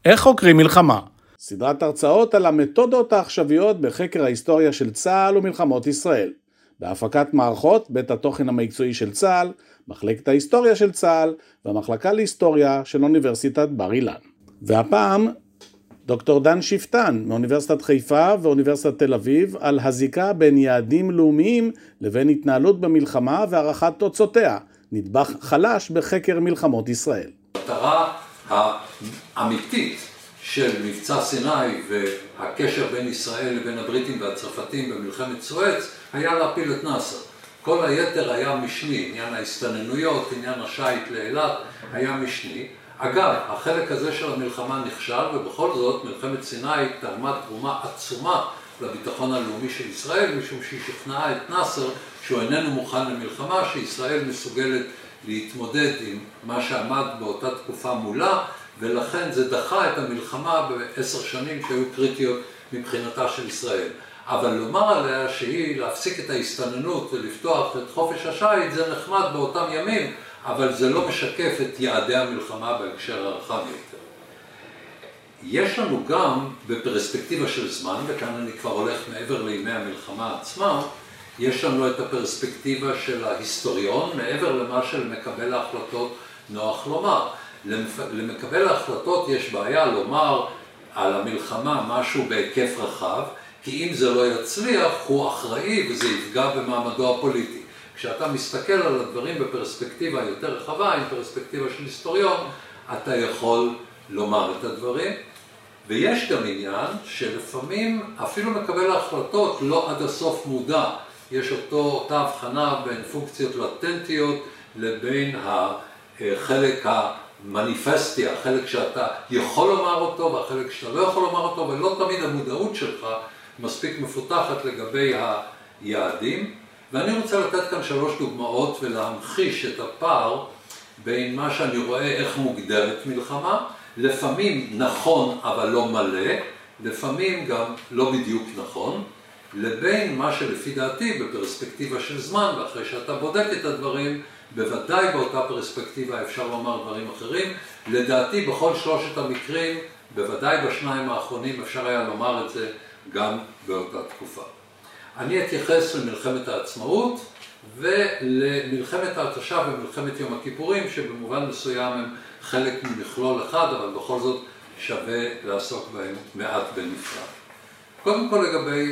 איך חוקרים מלחמה? סדרת הרצאות על המתודות העכשוויות בחקר ההיסטוריה של צה"ל ומלחמות ישראל. בהפקת מערכות בית התוכן המקצועי של צה"ל, מחלקת ההיסטוריה של צה"ל והמחלקה להיסטוריה של אוניברסיטת בר אילן. והפעם דוקטור דן שפטן מאוניברסיטת חיפה ואוניברסיטת תל אביב על הזיקה בין יעדים לאומיים לבין התנהלות במלחמה והערכת תוצאותיה, נדבך חלש בחקר מלחמות ישראל. המטרה האמיתית של מבצע סיני והקשר בין ישראל לבין הבריטים והצרפתים במלחמת סואץ היה להפיל את נאסר. כל היתר היה משני, עניין ההסתננויות, עניין השייט לאילת היה משני. אגב, החלק הזה של המלחמה נכשל, ובכל זאת מלחמת סיני תרמה תרומה עצומה לביטחון הלאומי של ישראל, משום שהיא שכנעה את נאסר שהוא איננו מוכן למלחמה, שישראל מסוגלת להתמודד עם מה שעמד באותה תקופה מולה, ולכן זה דחה את המלחמה ב10 שנים שהיו קריטיות מבחינתה של ישראל. אבל לומר עליה שהיא להפסיק את ההסתננות ולפתוח את חופש השייט זה נחמד באותם ימים, אבל זה לא משקף את יעדי המלחמה בהקשר הרחב יותר. יש לנו גם בפרספקטיבה של זמן, וכאן אני כבר הולך מעבר לימי המלחמה עצמה, יש לנו את הפרספקטיבה של ההיסטוריון, מעבר למה שלמקבל ההחלטות נוח לומר. למקבל ההחלטות יש בעיה לומר על המלחמה משהו בהיקף רחב, כי אם זה לא יצליח, הוא אחראי וזה יפגע במעמדו הפוליטי. כשאתה מסתכל על הדברים בפרספקטיבה יותר רחבה, עם פרספקטיבה של היסטוריון, אתה יכול לומר את הדברים. ויש גם עניין שלפעמים אפילו מקבל ההחלטות לא עד הסוף מודע. יש אותה הבחנה בין פונקציות לטנטיות לבין החלק המניפסטי, החלק שאתה יכול לומר אותו והחלק שאתה לא יכול לומר אותו, ולא תמיד המודעות שלך מספיק מפותחת לגבי היעדים. ואני רוצה לתת כאן 3 דוגמאות ולהמחיש את הפער בין מה שאני רואה איך מוגדרת מלחמה, לפעמים נכון אבל לא מלא, לפעמים גם לא בדיוק נכון, לבין מה שלפי דעתי בפרספקטיבה של זמן, ואחרי שאתה בודק את הדברים, בוודאי באותה פרספקטיבה אפשר לומר דברים אחרים. לדעתי בכל 3 המקרים, בוודאי בשניים האחרונים אפשר היה לומר את זה גם באותה תקופה. אני אתייחס למלחמת העצמאות ולמלחמת ההתשה ומלחמת יום הכיפורים, שבמובן מסוים הם חלק ממכלול אחד, אבל בכל זאת שווה לעסוק בהם מעט בנפרד. קודם כל לגבי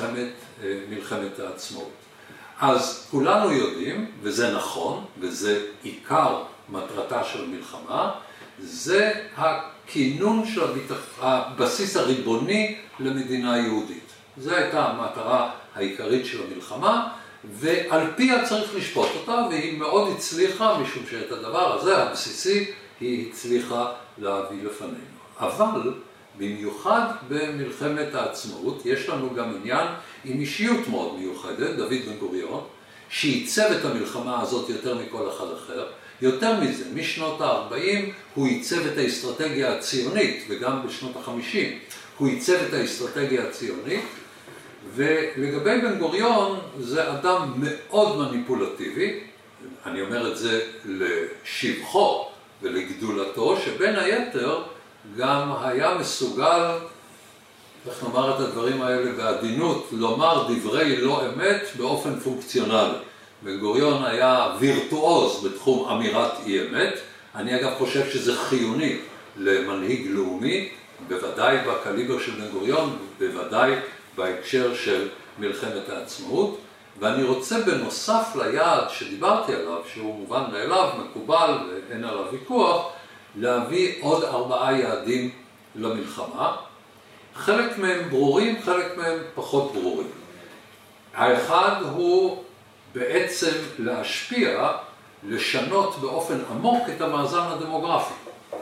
מלחמת העצמאות. אז כולנו יודעים, וזה נכון, וזה עיקר מטרתה של המלחמה, זה הכינון של הבסיס הריבוני למדינה יהודית. זו הייתה המטרה העיקרית של המלחמה, ועל פיה צריך לשפוט אותה, והיא מאוד הצליחה, משום שאת הדבר הזה, הבסיסי, היא הצליחה להביא לפנינו. אבל במיוחד במלחמת העצמאות, יש לנו גם עניין עם אישיות מאוד מיוחדת, דוד בן גוריון, שעיצב את המלחמה הזאת יותר מכל אחד אחר. יותר מזה, משנות ה-40 הוא עיצב את האסטרטגיה הציונית, וגם בשנות ה-50 הוא עיצב את האסטרטגיה הציונית, ולגבי בן גוריון זה אדם מאוד מניפולטיבי, אני אומר את זה לשבחו ולגדולתו, שבין היתר גם היה מסוגל, איך נאמר את הדברים האלה בעדינות, לומר דברי לא אמת באופן פונקציונלי. בן גוריון היה וירטואוז בתחום אמירת אי אמת. אני אגב חושב שזה חיוני למנהיג לאומי, בוודאי בקליבר של בן גוריון, בוודאי בהקשר של מלחמת העצמאות. ואני רוצה בנוסף ליעד שדיברתי עליו, שהוא מובן מאליו, מקובל ואין עליו ויכוח, להביא עוד 4 יעדים למלחמה. חלק מהם ברורים, חלק מהם פחות ברורים. האחד הוא בעצם להשפיע, לשנות באופן עמוק את המאזן הדמוגרפי.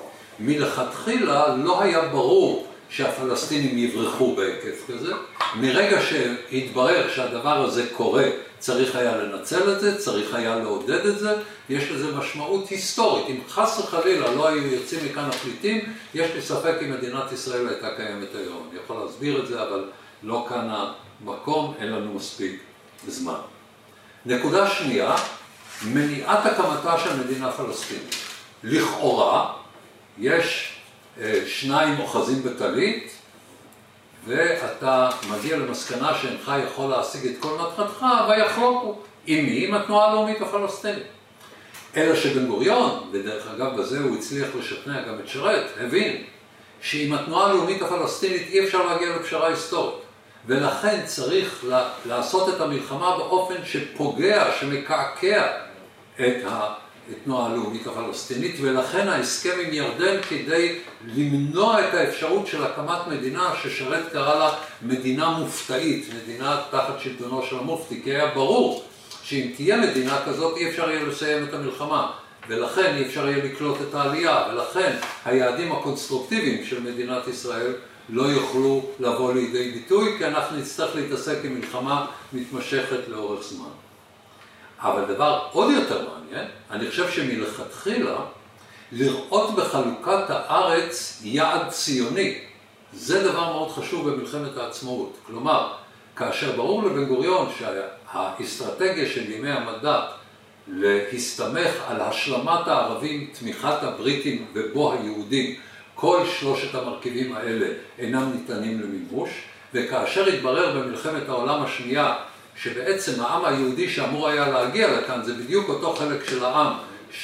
מלכתחילה לא היה ברור שהפלסטינים יברחו בהיקף כזה. מרגע שהתברר שהדבר הזה קורה, צריך היה לנצל את זה, צריך היה לעודד את זה. יש לזה משמעות היסטורית. אם חס וחלילה לא היו יוצאים מכאן הפליטים, יש לי ספק אם מדינת ישראל הייתה קיימת היום. אני יכול להסביר את זה, אבל לא כאן המקום, אין לנו מספיק זמן. נקודה שנייה, מניעת הקמתה של מדינה פלסטינית. לכאורה, יש שניים אוחזים בטלית, ואתה מגיע למסקנה שאינך יכול להשיג את כל מטרתך, ויחלוקו. עם מי? עם התנועה הלאומית הפלסטינית. אלא שבן גוריון, ודרך אגב בזה הוא הצליח לשכנע גם את שרת, הבין שעם התנועה הלאומית הפלסטינית אי אפשר להגיע לפשרה היסטורית. ולכן צריך לעשות את המלחמה באופן שפוגע, שמקעקע את התנועה הלאומית הפלסטינית, ולכן ההסכם עם ירדן כדי למנוע את האפשרות של הקמת מדינה ששרת קרא לה מדינה מופתאית, מדינה תחת שלטונו של המופתי, כי היה ברור שאם תהיה מדינה כזאת אי אפשר יהיה לסיים את המלחמה, ולכן אי אפשר יהיה לקלוט את העלייה, ולכן היעדים הקונסטרוקטיביים של מדינת ישראל לא יוכלו לבוא לידי ביטוי, כי אנחנו נצטרך להתעסק עם מלחמה מתמשכת לאורך זמן. אבל דבר עוד יותר מעניין, אני חושב שמלכתחילה לראות בחלוקת הארץ יעד ציוני, זה דבר מאוד חשוב במלחמת העצמאות. כלומר, כאשר ברור לבן גוריון שהאסטרטגיה של ימי המנדט להסתמך על השלמת הערבים, תמיכת הבריטים ובו היהודים, כל שלושת המרכיבים האלה אינם ניתנים למימוש, וכאשר התברר במלחמת העולם השנייה שבעצם העם היהודי שאמור היה להגיע לכאן זה בדיוק אותו חלק של העם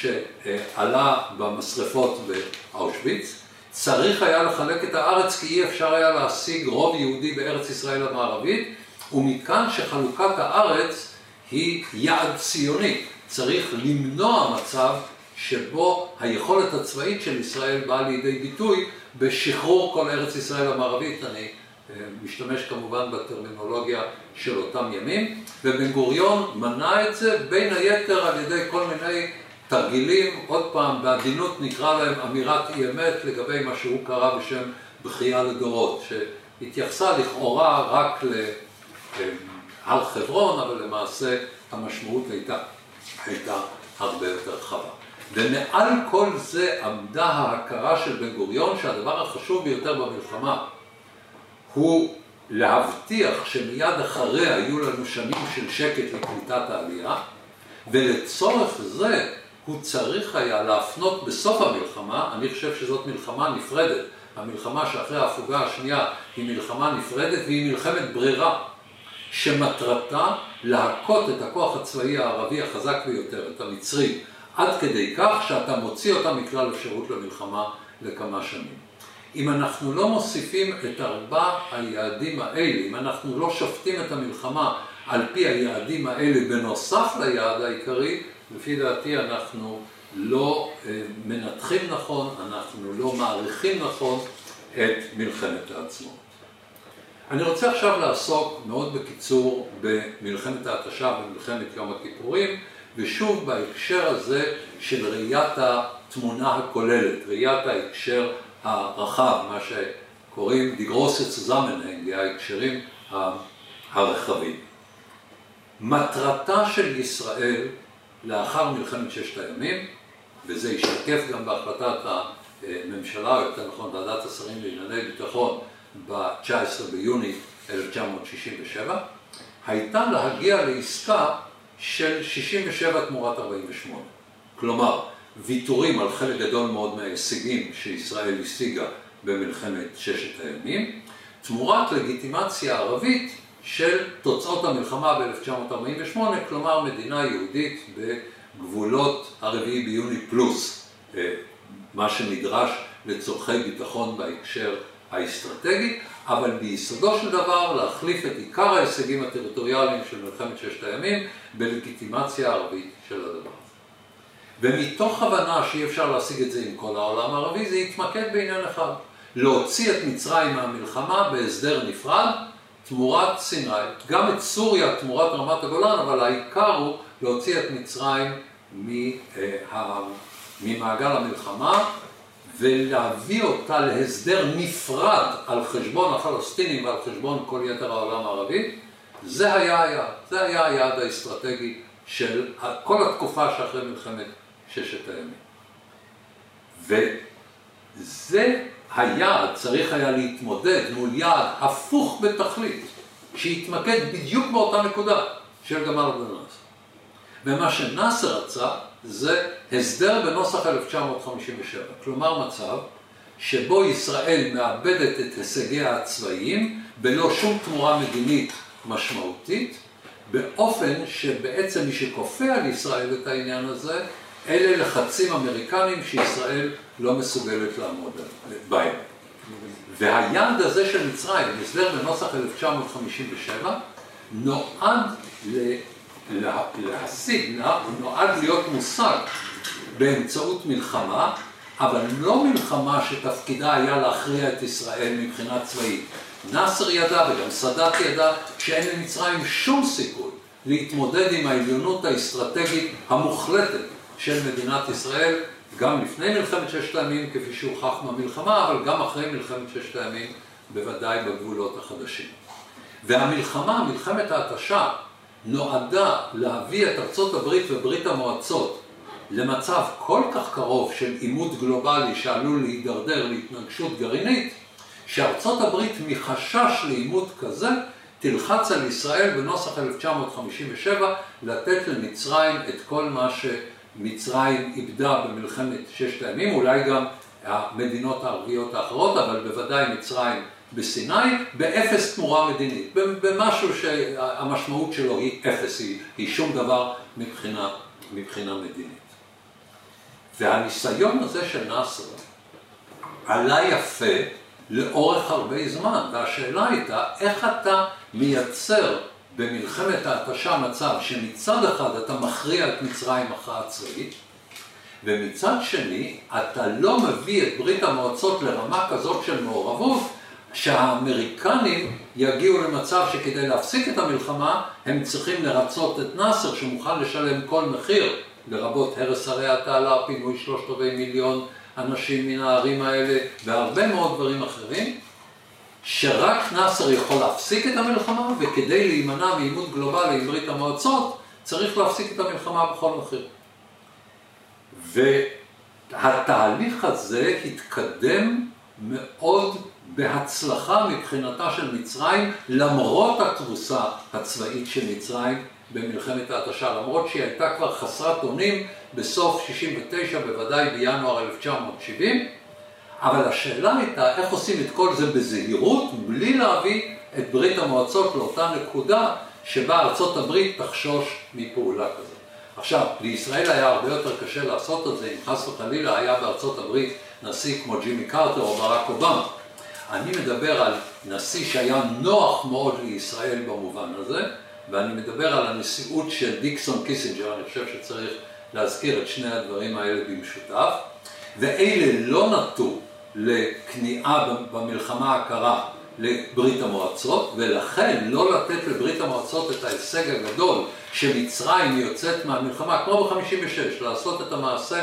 שעלה במשרפות באושוויץ, צריך היה לחלק את הארץ כי אי אפשר היה להשיג רוב יהודי בארץ ישראל המערבית, ומכאן שחלוקת הארץ היא יעד ציוני. צריך למנוע מצב שבו היכולת הצבאית של ישראל באה לידי ביטוי בשחרור כל ארץ ישראל המערבית. אני משתמש כמובן בטרמינולוגיה של אותם ימים, ובן גוריון מנע את זה בין היתר על ידי כל מיני תרגילים, עוד פעם בעדינות נקרא להם אמירת אי אמת לגבי מה שהוא קרא בשם בכייה לדורות, שהתייחסה לכאורה רק להר חברון, אבל למעשה המשמעות הייתה הרבה יותר רחבה. ומעל כל זה עמדה ההכרה של בן גוריון שהדבר החשוב ביותר במלחמה הוא להבטיח שמיד אחריה היו לנו שנים של שקט לקליטת העלייה, ולצורך זה הוא צריך היה להפנות בסוף המלחמה, אני חושב שזאת מלחמה נפרדת, המלחמה שאחרי ההפוגה השנייה היא מלחמה נפרדת והיא מלחמת ברירה, שמטרתה להכות את הכוח הצבאי הערבי החזק ביותר, את המצרי, עד כדי כך שאתה מוציא אותה מכלל אפשרות למלחמה לכמה שנים. אם אנחנו לא מוסיפים את ארבע היעדים האלה, אם אנחנו לא שופטים את המלחמה על פי היעדים האלה בנוסף ליעד העיקרי, לפי דעתי אנחנו לא מנתחים נכון, אנחנו לא מעריכים נכון את מלחמת העצמאות. אני רוצה עכשיו לעסוק מאוד בקיצור במלחמת ההתשה ובמלחמת יום הכיפורים, ושוב בהקשר הזה של ראיית התמונה הכוללת, ראיית ההקשר הרחב, מה שקוראים Die große Zusammenhänge, ההקשרים הרחבים. מטרתה של ישראל לאחר מלחמת ששת הימים, וזה ישתקף גם בהחלטת הממשלה, או יותר נכון ועדת השרים לענייני ביטחון ב-19 ביוני 1967, הייתה להגיע לעסקה של 67 תמורת 48. כלומר, ויתורים על חלק גדול מאוד מההישגים שישראל השיגה במלחמת ששת הימים, תמורת לגיטימציה ערבית של תוצאות המלחמה ב-1948, כלומר מדינה יהודית בגבולות הרביעי ביוני פלוס, מה שנדרש לצורכי ביטחון בהקשר האסטרטגי, אבל ביסודו של דבר להחליף את עיקר ההישגים הטריטוריאליים של מלחמת ששת הימים בלגיטימציה ערבית של הדבר הזה. ומתוך הבנה שאי אפשר להשיג את זה עם כל העולם הערבי, זה יתמקד בעניין אחד, להוציא את מצרים מהמלחמה בהסדר נפרד תמורת סיני, גם את סוריה תמורת רמת הגולן, אבל העיקר הוא להוציא את מצרים ממעגל המלחמה ולהביא אותה להסדר נפרד על חשבון הפלסטינים ועל חשבון כל יתר העולם הערבי. זה היה היעד, זה היה היעד האסטרטגי של כל התקופה שאחרי מלחמת ששת הימים. וזה היעד צריך היה להתמודד מול יעד הפוך בתכלית, שהתמקד בדיוק באותה נקודה של גמל עבד אל-נאצר. ומה שנאצר רצה זה הסדר בנוסח 1957, כלומר מצב שבו ישראל מאבדת את הישגיה הצבאיים, בלא שום תמורה מדינית משמעותית, באופן שבעצם מי שכופה על ישראל את העניין הזה, אלה לחצים אמריקנים שישראל לא מסוגלת לעמוד בהם. והיעד הזה של מצרים, הסדר בנוסח 1957, נועד להשיג, נועד להיות מושג באמצעות מלחמה, אבל לא מלחמה שתפקידה היה להכריע את ישראל מבחינה צבאית. נאסר ידע וגם סאדאת ידע שאין למצרים שום סיכוי להתמודד עם העליונות האסטרטגית המוחלטת של מדינת ישראל, גם לפני מלחמת ששת הימים כפי שהוכח במלחמה, אבל גם אחרי מלחמת ששת הימים, בוודאי בגבולות החדשים. והמלחמה, מלחמת ההתשה, נועדה להביא את ארצות הברית וברית המועצות למצב כל כך קרוב של עימות גלובלי שעלול להידרדר להתנגשות גרעינית, שארצות הברית מחשש לעימות כזה תלחץ על ישראל בנוסח 1957 לתת למצרים את כל מה שמצרים איבדה במלחמת ששת הימים, אולי גם המדינות הערביות האחרות, אבל בוודאי מצרים בסיני, באפס תמורה מדינית, במשהו שהמשמעות שלו היא אפס, היא שום דבר מבחינה מדינית. והניסיון הזה של נאסר עלה יפה לאורך הרבה זמן, והשאלה הייתה איך אתה מייצר במלחמת ההתשה מצב שמצד אחד אתה מכריע את מצרים הכרעה צבאית, ומצד שני אתה לא מביא את ברית המועצות לרמה כזאת של מעורבות, שהאמריקנים יגיעו למצב שכדי להפסיק את המלחמה הם צריכים לרצות את נאסר שמוכן לשלם כל מחיר, לרבות הרס ערי התעלה, פינוי 3/4 אנשים מן הערים האלה והרבה מאוד דברים אחרים, שרק נאסר יכול להפסיק את המלחמה, וכדי להימנע מעימות גלובלי עם ברית המועצות צריך להפסיק את המלחמה בכל מחיר. והתהליך הזה התקדם מאוד בהצלחה מבחינתה של מצרים, למרות התבוסה הצבאית של מצרים במלחמת ההתשה, למרות שהיא הייתה כבר חסרת אונים בסוף 69, בוודאי בינואר 1970, אבל השאלה הייתה איך עושים את כל זה בזהירות, בלי להביא את ברית המועצות לאותה נקודה שבה ארצות הברית תחשוש מפעולה כזאת. עכשיו, לישראל היה הרבה יותר קשה לעשות את זה, אם חס וחלילה היה בארצות הברית נשיא כמו ג'ימי קרטר או ברק אובמה. אני מדבר על נשיא שהיה נוח מאוד לישראל במובן הזה, ואני מדבר על הנשיאות של דיקסון קיסינג'ר, אני חושב שצריך להזכיר את שני הדברים האלה במשותף, ואלה לא נטו לכניעה במלחמה הקרה לברית המועצות, ולכן לא לתת לברית המועצות את ההישג הגדול שמצרים יוצאת מהמלחמה, כמו ב-56, לעשות את המעשה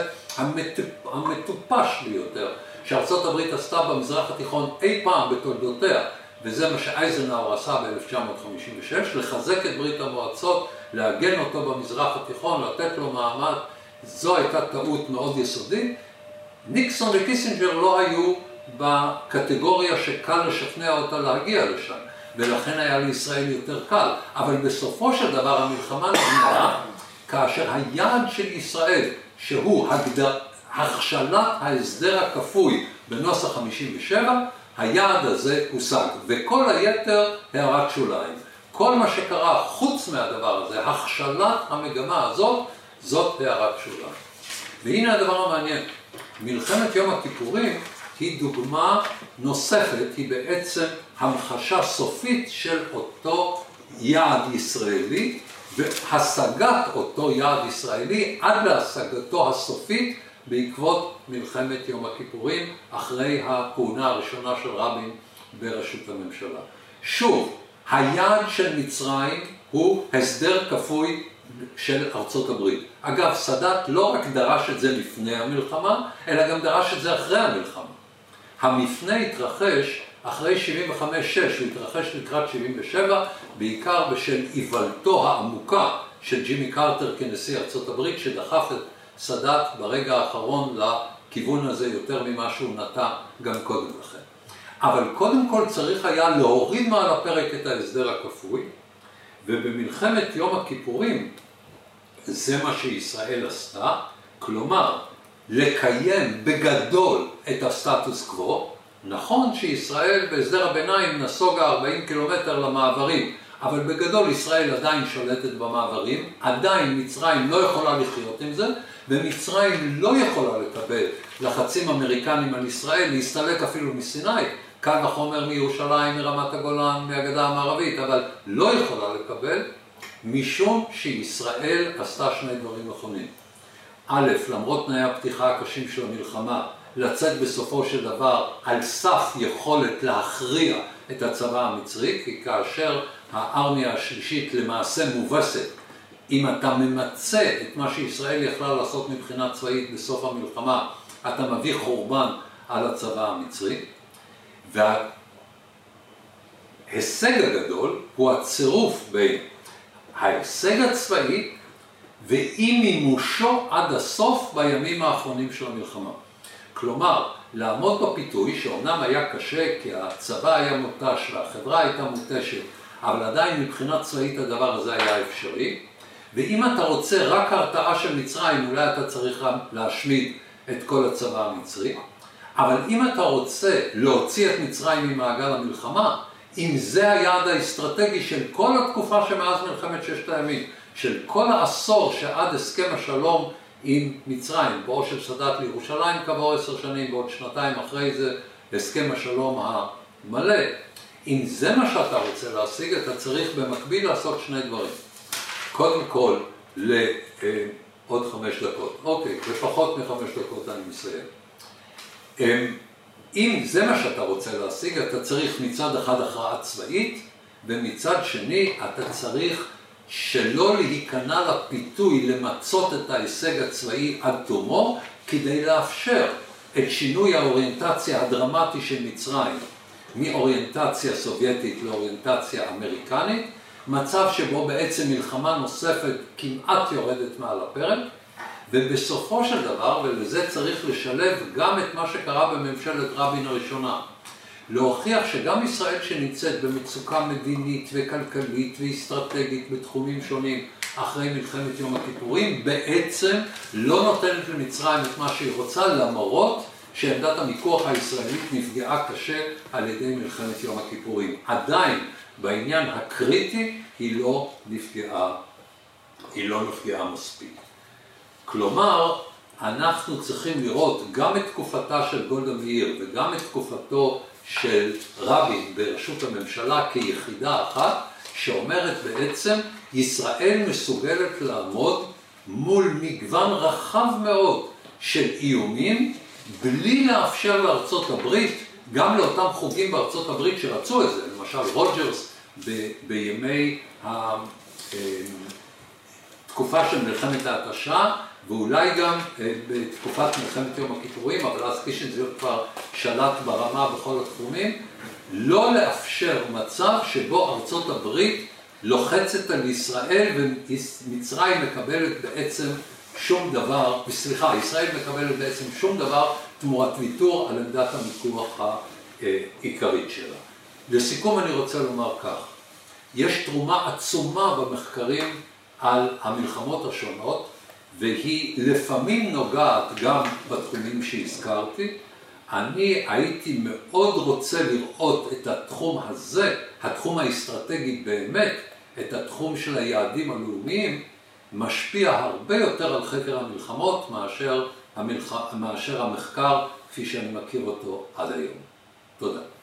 המטופש ביותר שארצות הברית עשתה במזרח התיכון אי פעם בתולדותיה, וזה מה שאייזנהאואר עשה ב-1956, לחזק את ברית המועצות, להגן אותו במזרח התיכון, לתת לו מעמד. זו הייתה טעות מאוד יסודית. ניקסון וקיסינג'ר לא היו בקטגוריה שקל לשכנע אותה להגיע לשם, ולכן היה לישראל יותר קל. אבל בסופו של דבר המלחמה נגמרה כאשר היעד של ישראל, שהוא הכשלת ההסדר הכפוי בנוסח 57, היעד הזה הושג, וכל היתר הערת שוליים. כל מה שקרה חוץ מהדבר הזה, הכשלת המגמה הזאת, זאת הערת שוליים. והנה הדבר המעניין, מלחמת יום הכיפורים היא דוגמה נוספת, היא בעצם המחשה סופית של אותו יעד ישראלי, והשגת אותו יעד ישראלי עד להשגתו הסופית בעקבות מלחמת יום הכיפורים, אחרי הכהונה הראשונה של רבין בראשות הממשלה. שוב, היעד של מצרים הוא הסדר כפוי של ארצות הברית. אגב, סאדאת לא רק דרש את זה לפני המלחמה, אלא גם דרש את זה אחרי המלחמה. המפנה התרחש אחרי 75-6, הוא התרחש לקראת 77, בעיקר בשל איוולתו העמוקה של ג'ימי קרטר כנשיא ארצות הברית, שדחף את סאדאת ברגע האחרון לכיוון הזה יותר ממה שהוא נטע גם קודם לכן. אבל קודם כל צריך היה להוריד מעל הפרק את ההסדר הכפוי, ובמלחמת יום הכיפורים זה מה שישראל עשתה, כלומר לקיים בגדול את הסטטוס קוו. נכון שישראל בהסדר הביניים נסוגה 40 קילומטר למעברים, אבל בגדול ישראל עדיין שולטת במעברים, עדיין מצרים לא יכולה לחיות עם זה, ומצרים לא יכולה לקבל לחצים אמריקנים על ישראל, להסתלק אפילו מסיני, קל וחומר מירושלים, מרמת הגולן, מהגדה המערבית, אבל לא יכולה לקבל, משום שישראל עשתה שני דברים נכונים. א', למרות תנאי הפתיחה הקשים של המלחמה, לצאת בסופו של דבר על סף יכולת להכריע את הצבא המצרי, כי כאשר הארמיה השלישית למעשה מובסת, אם אתה ממצא את מה שישראל יכלה לעשות מבחינה צבאית בסוף המלחמה, אתה מביא חורבן על הצבא המצרי. וההישג הגדול הוא הצירוף בין ההישג הצבאי ואי מימושו עד הסוף בימים האחרונים של המלחמה. כלומר, לעמוד בפיתוי שאומנם היה קשה כי הצבא היה מותש והחברה הייתה מותשת, אבל עדיין מבחינה צבאית הדבר הזה היה אפשרי. ואם אתה רוצה רק הרתעה של מצרים, אולי אתה צריך להשמיד את כל הצבא המצרי. אבל אם אתה רוצה להוציא את מצרים ממעגל המלחמה, אם זה היעד האסטרטגי של כל התקופה שמאז מלחמת ששת הימים, של כל העשור שעד הסכם השלום עם מצרים, בואו של סאדאת לירושלים כעבור 10 שנים, בעוד 2 אחרי זה הסכם השלום המלא, אם זה מה שאתה רוצה להשיג, אתה צריך במקביל לעשות שני דברים. קודם כל, לעוד 5 דקות. אוקיי, לפחות מ5 דקות אני מסיים. אם זה מה שאתה רוצה להשיג, אתה צריך מצד אחד הכרעה צבאית, ומצד שני אתה צריך שלא להיכנע לפיתוי למצות את ההישג הצבאי עד תומו, כדי לאפשר את שינוי האוריינטציה הדרמטי של מצרים, מאוריינטציה סובייטית לאוריינטציה אמריקנית, מצב שבו בעצם מלחמה נוספת כמעט יורדת מעל הפרק, ובסופו של דבר, ולזה צריך לשלב גם את מה שקרה בממשלת רבין הראשונה, להוכיח שגם ישראל שנמצאת במצוקה מדינית וכלכלית ואסטרטגית בתחומים שונים אחרי מלחמת יום הכיפורים, בעצם לא נותנת למצרים את מה שהיא רוצה, למרות שעמדת המיקוח הישראלית נפגעה קשה על ידי מלחמת יום הכיפורים. עדיין בעניין הקריטי היא לא נפגעה מספיק. כלומר, אנחנו צריכים לראות גם את תקופתה של גולדה מאיר וגם את תקופתו של רבין בראשות הממשלה כיחידה אחת, שאומרת בעצם, ישראל מסוגלת לעמוד מול מגוון רחב מאוד של איומים, בלי לאפשר לארצות הברית, גם לאותם חוגים בארצות הברית שרצו את זה, למשל רוג'רס בימי התקופה של מלחמת ההתשה, ואולי גם בתקופת מלחמת יום הכיפורים, אבל אז קיסינג'ר כבר שלט ברמה בכל התחומים, לא לאפשר מצב שבו ארצות הברית לוחצת על ישראל ומצרים מקבלת בעצם שום דבר, ישראל מקבלת בעצם שום דבר תמורת ויתור על עמדת המיקוח העיקרית שלה. לסיכום אני רוצה לומר כך, יש תרומה עצומה במחקרים על המלחמות השונות, והיא לפעמים נוגעת גם בתחומים שהזכרתי. אני הייתי מאוד רוצה לראות את התחום הזה, התחום האסטרטגי באמת, את התחום של היעדים הלאומיים, משפיע הרבה יותר על חקר המלחמות מאשר המחקר כפי שאני מכיר אותו עד היום. תודה.